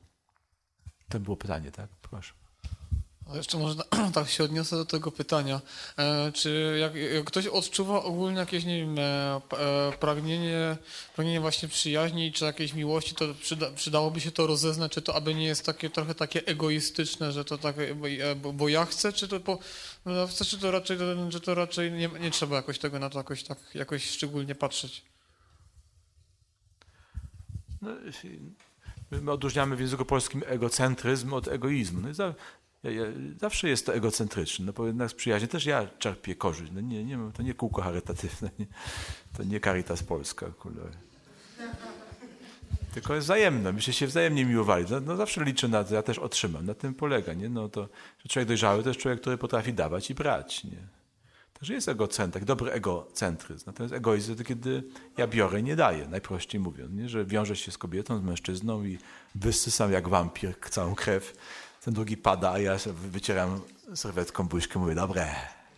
To było pytanie, tak? Proszę. A jeszcze może tak się odniosę do tego pytania. E, czy jak, jak ktoś odczuwa ogólnie jakieś, nie wiem, e, pragnienie, pragnienie właśnie przyjaźni czy jakiejś miłości, to przyda, przydałoby się to rozeznać, czy to aby nie jest takie trochę takie egoistyczne, że to tak, bo, bo ja chcę, czy to po, no, chcę, czy to raczej, czy to raczej nie, nie trzeba jakoś tego na to jakoś tak jakoś szczególnie patrzeć. No, my odróżniamy w języku polskim egocentryzm od egoizmu. No i za, ja, ja, zawsze jest to egocentryczne, no bo jednak z przyjaźni też ja czerpię korzyść. No nie, nie, to nie kółko charytatywne, nie, to nie Caritas Polska. Kule. Tylko jest wzajemne, myśmy się wzajemnie miłowali. No, no zawsze liczę na to, ja też otrzymam. Na tym polega. Nie? No to, że człowiek dojrzały to jest człowiek, który potrafi dawać i brać. Nie? Także jest egocentryk, dobry egocentryzm. Natomiast egoizm to kiedy ja biorę i nie daję, najprościej mówiąc. Nie? Że wiążę się z kobietą, z mężczyzną i wysysam jak wampir całą krew. Ten drugi pada, a ja wycieram serwetką buźkę, mówię, dobre.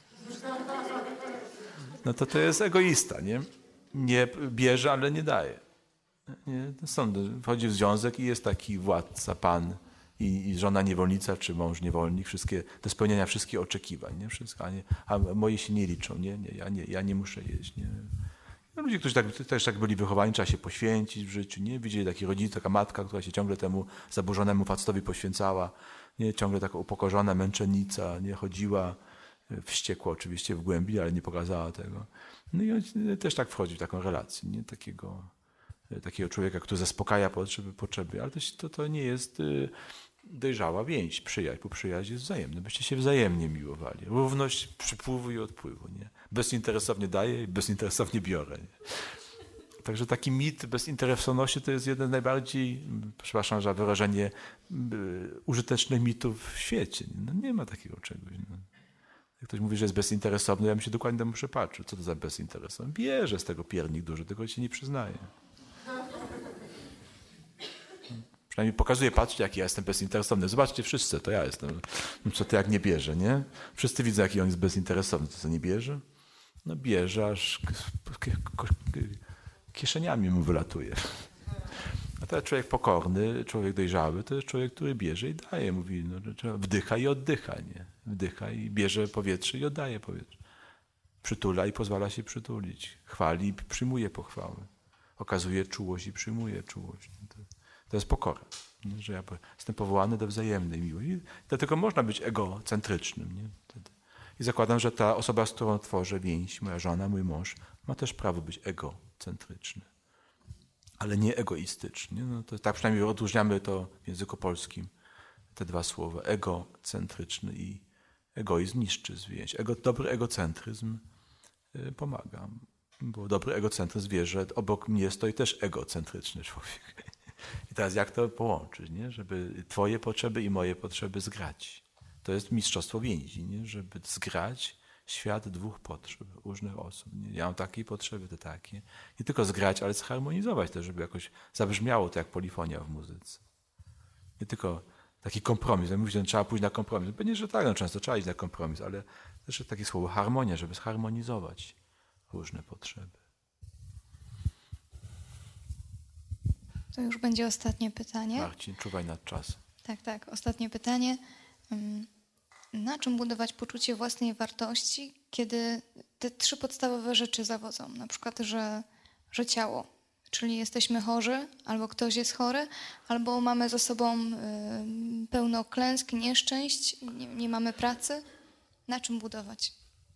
No to to jest egoista, nie? Nie bierze, ale nie daje. Nie? Stąd wchodzi w związek i jest taki władca, pan i, i żona niewolnica, czy mąż niewolnik, wszystkie, do spełnienia wszystkich oczekiwań, nie? Wszystko, a, nie, a moje się nie liczą, nie? Nie, ja, nie, ja nie muszę jeść, nie? Ludzie, którzy tak, też tak byli wychowani, trzeba się poświęcić w życiu, nie? Widzieli taki rodzic, taka matka, która się ciągle temu zaburzonemu facetowi poświęcała, nie? Ciągle taka upokorzona męczennica, nie? Chodziła wściekła oczywiście w głębi, ale nie pokazała tego. No i on też tak wchodzi w taką relację, nie? Takiego, takiego człowieka, który zaspokaja potrzeby, potrzeby, ale to, to, to nie jest dojrzała więź, przyjaźń, bo przyjaźń jest wzajemna, byście się wzajemnie miłowali. Równość przypływu i odpływu, nie? Bezinteresownie daję i bezinteresownie biorę. Nie? Także taki mit bezinteresowności to jest jeden z najbardziej, przepraszam za wyrażenie, użytecznych mitów w świecie. No nie ma takiego czegoś. No. Jak ktoś mówi, że jest bezinteresowny, ja bym się dokładnie temu przypatrzył. Co to za bezinteresowny? Bierze z tego piernik duży, tylko się nie przyznaje. Przynajmniej pokazuje, patrzcie, jaki ja jestem bezinteresowny. Zobaczcie wszyscy, to ja jestem. Co ty jak nie bierze, nie? Wszyscy widzą, jaki on jest bezinteresowny. To co, nie bierze? No bierze, aż kieszeniami mu wylatuje. A ten człowiek pokorny, człowiek dojrzały, to jest człowiek, który bierze i daje. Mówi, no, wdycha i oddycha, nie? Wdycha i bierze powietrze i oddaje powietrze. Przytula i pozwala się przytulić. Chwali i przyjmuje pochwały. Okazuje czułość i przyjmuje czułość. To, to jest pokora. Nie? Że ja jestem powołany do wzajemnej miłości. I dlatego można być egocentrycznym. Nie? I zakładam, że ta osoba, z którą tworzę więź, moja żona, mój mąż, ma też prawo być egocentryczny. Ale nie egoistyczny. No to tak przynajmniej odróżniamy to w języku polskim, te dwa słowa. Egocentryczny i egoizm niszczy zwięź. Ego, dobry egocentryzm y, pomaga, bo dobry egocentryzm wie, że obok mnie stoi też egocentryczny człowiek. I teraz jak to połączyć, nie? Żeby twoje potrzeby i moje potrzeby zgrać. To jest mistrzostwo więzi, nie? Żeby zgrać świat dwóch potrzeb, różnych osób. Nie? Ja mam takie potrzeby, te takie. Nie tylko zgrać, ale zharmonizować też, żeby jakoś zabrzmiało to jak polifonia w muzyce. Nie tylko taki kompromis. Ja mówię, że trzeba pójść na kompromis. Pewnie, że tak, no często trzeba iść na kompromis, ale też jest takie słowo harmonia, żeby zharmonizować różne potrzeby. To już będzie ostatnie pytanie. Marcin, czuwaj nad czasem. Tak, tak. Ostatnie pytanie. Na czym budować poczucie własnej wartości, kiedy te trzy podstawowe rzeczy zawodzą? Na przykład, że, że ciało, czyli jesteśmy chorzy, albo ktoś jest chory, albo mamy za sobą y, pełno klęsk, nieszczęść, nie, nie mamy pracy. Na czym budować?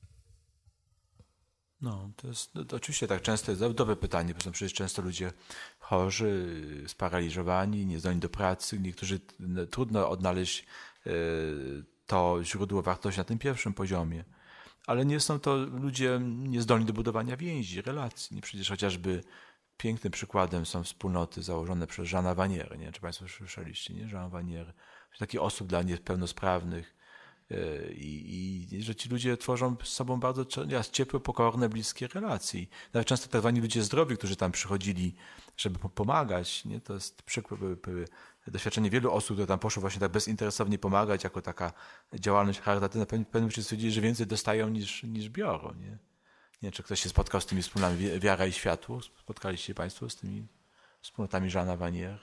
No, to jest to oczywiście tak często jest dobre pytanie, bo są przecież często ludzie chorzy, sparaliżowani, niezdolni do pracy. Niektórzy trudno odnaleźć y, to źródło wartości na tym pierwszym poziomie. Ale nie są to ludzie niezdolni do budowania więzi, relacji. Przecież chociażby pięknym przykładem są wspólnoty założone przez Jeana Vanierę. Nie wiem, czy Państwo słyszeliście, nie? Jean Vanier. Takie osób dla niepełnosprawnych. I, I że ci ludzie tworzą z sobą bardzo ciepłe, pokorne, bliskie relacje. Nawet często tak zwani ludzie zdrowi, którzy tam przychodzili, żeby pomagać, nie? To jest przykład, doświadczenie wielu osób, które tam poszło właśnie tak bezinteresownie pomagać, jako taka działalność charytatywna. W pewnym momencie stwierdzili, że więcej dostają niż, niż biorą. Nie? Nie wiem, czy ktoś się spotkał z tymi wspólnotami Wiara i Światło. Spotkaliście się Państwo z tymi wspólnotami Jeana Vanier?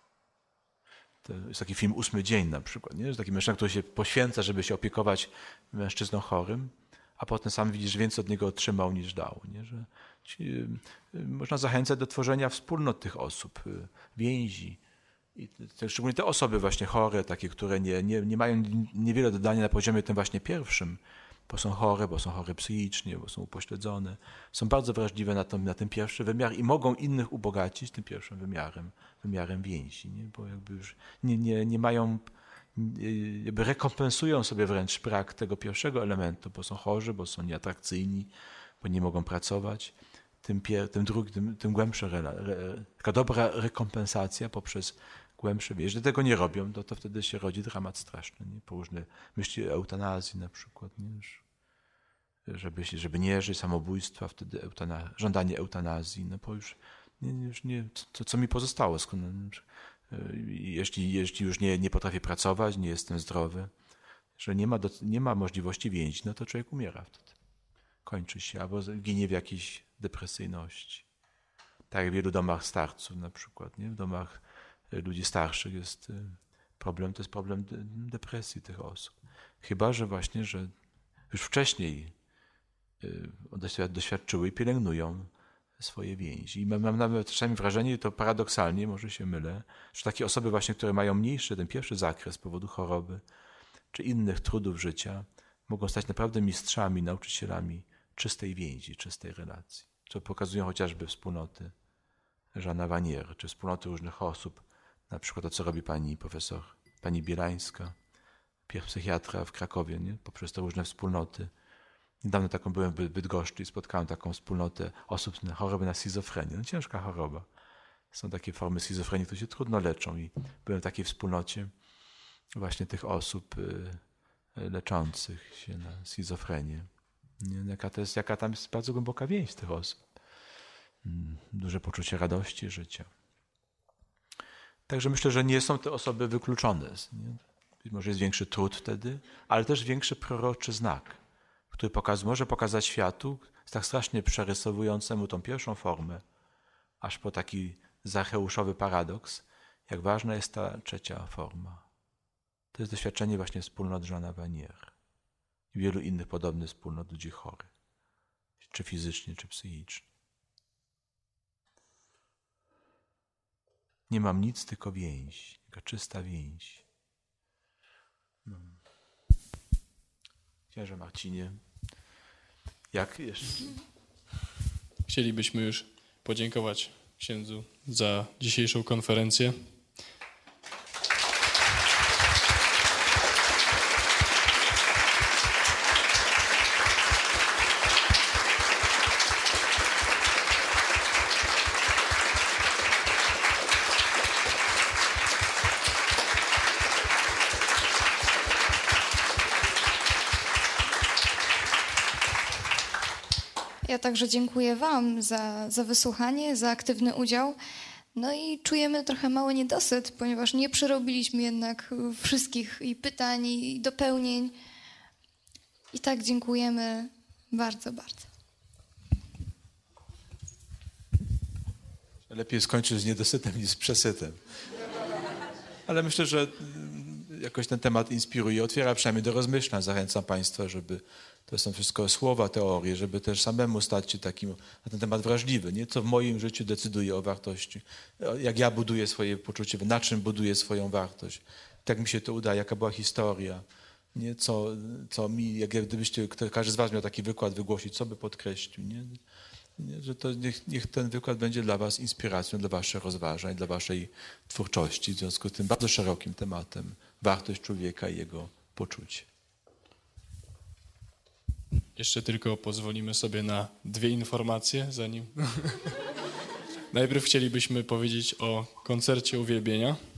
To jest taki film Ósmy Dzień na przykład, nie? Że taki mężczyzna, który się poświęca, żeby się opiekować mężczyzną chorym, a potem sam widzi, że więcej od niego otrzymał niż dał. Nie? Że ci, y, można zachęcać do tworzenia wspólnot tych osób, y, więzi. I te, szczególnie te osoby właśnie chore, takie, które nie, nie, nie mają niewiele do dania na poziomie tym właśnie pierwszym, bo są chore, bo są chore psychicznie, bo są upośledzone, są bardzo wrażliwe na, to, na ten pierwszy wymiar i mogą innych ubogacić tym pierwszym wymiarem, wymiarem więzi, nie? Bo jakby już nie, nie, nie mają, jakby rekompensują sobie wręcz brak tego pierwszego elementu, bo są chorzy, bo są nieatrakcyjni, bo nie mogą pracować. Tym, pier, tym drugim, tym, tym głębsza, re, re, taka dobra rekompensacja poprzez głębsze więzi. Jeżeli tego nie robią, to, to wtedy się rodzi dramat straszny. Nie? Po różne myśli o eutanazji na przykład, nie? Żeby, żeby nie żyć, samobójstwa, wtedy eutana, żądanie eutanazji. No bo już, nie, już nie, to, co mi pozostało, skąd, jeśli, jeśli już nie, nie potrafię pracować, nie jestem zdrowy, że nie ma, do, nie ma możliwości więzi, no to człowiek umiera wtedy. Kończy się, albo ginie w jakiejś depresyjności. Tak jak w wielu domach starców na przykład, nie? W domach ludzi starszych jest problem, to jest problem depresji tych osób. Chyba że właśnie, że już wcześniej doświadczyły i pielęgnują swoje więzi. I mam, mam nawet czasami wrażenie, to paradoksalnie, może się mylę, że takie osoby właśnie, które mają mniejszy, ten pierwszy zakres z powodu choroby, czy innych trudów życia, mogą stać naprawdę mistrzami, nauczycielami czystej więzi, czystej relacji. Co pokazują chociażby wspólnoty Jeana Vanier, czy wspólnoty różnych osób, na przykład to, co robi pani profesor, pani Bielańska, psychiatra w Krakowie, nie? Poprzez te różne wspólnoty. Niedawno taką byłem w Bydgoszczy i spotkałem taką wspólnotę osób na choroby na schizofrenię. No, ciężka choroba. Są takie formy schizofrenii, które się trudno leczą i byłem w takiej wspólnocie właśnie tych osób leczących się na schizofrenię. Nie? Jaka, to jest, jaka tam jest bardzo głęboka więź tych osób. Duże poczucie radości życia. Także myślę, że nie są te osoby wykluczone. Nie? Być może jest większy trud wtedy, ale też większy proroczy znak, który pokaz, może pokazać światu, tak strasznie przerysowującemu tą pierwszą formę, aż po taki zacheuszowy paradoks, jak ważna jest ta trzecia forma. To jest doświadczenie właśnie wspólnot Jeana Vanier i wielu innych podobnych wspólnot ludzi chorych, czy fizycznie, czy psychicznie. Nie mam nic, tylko więź, taka czysta więź. No. Księże Marcinie, jak jeszcze? Chcielibyśmy już podziękować księdzu za dzisiejszą konferencję. Ja także dziękuję wam za, za wysłuchanie, za aktywny udział. No i czujemy trochę mały niedosyt, ponieważ nie przerobiliśmy jednak wszystkich i pytań, i dopełnień. I tak dziękujemy bardzo, bardzo. Lepiej skończyć z niedosytem niż z przesytem. Ale myślę, że jakoś ten temat inspiruje, otwiera przynajmniej do rozmyślań. Zachęcam Państwa, żeby to są wszystko słowa, teorie, żeby też samemu stać się takim na ten temat wrażliwy. Nie? Co w moim życiu decyduje o wartości. Jak ja buduję swoje poczucie, na czym buduję swoją wartość. Tak mi się to uda, jaka była historia. Nie? Co, co mi, jak gdybyście, każdy z was miał taki wykład wygłosić, co by podkreślił. Nie? Nie? Że to niech, niech ten wykład będzie dla was inspiracją, dla waszych rozważań, dla waszej twórczości. W związku z tym bardzo szerokim tematem wartość człowieka i jego poczucie. Jeszcze tylko pozwolimy sobie na dwie informacje, zanim... Najpierw chcielibyśmy powiedzieć o koncercie uwielbienia.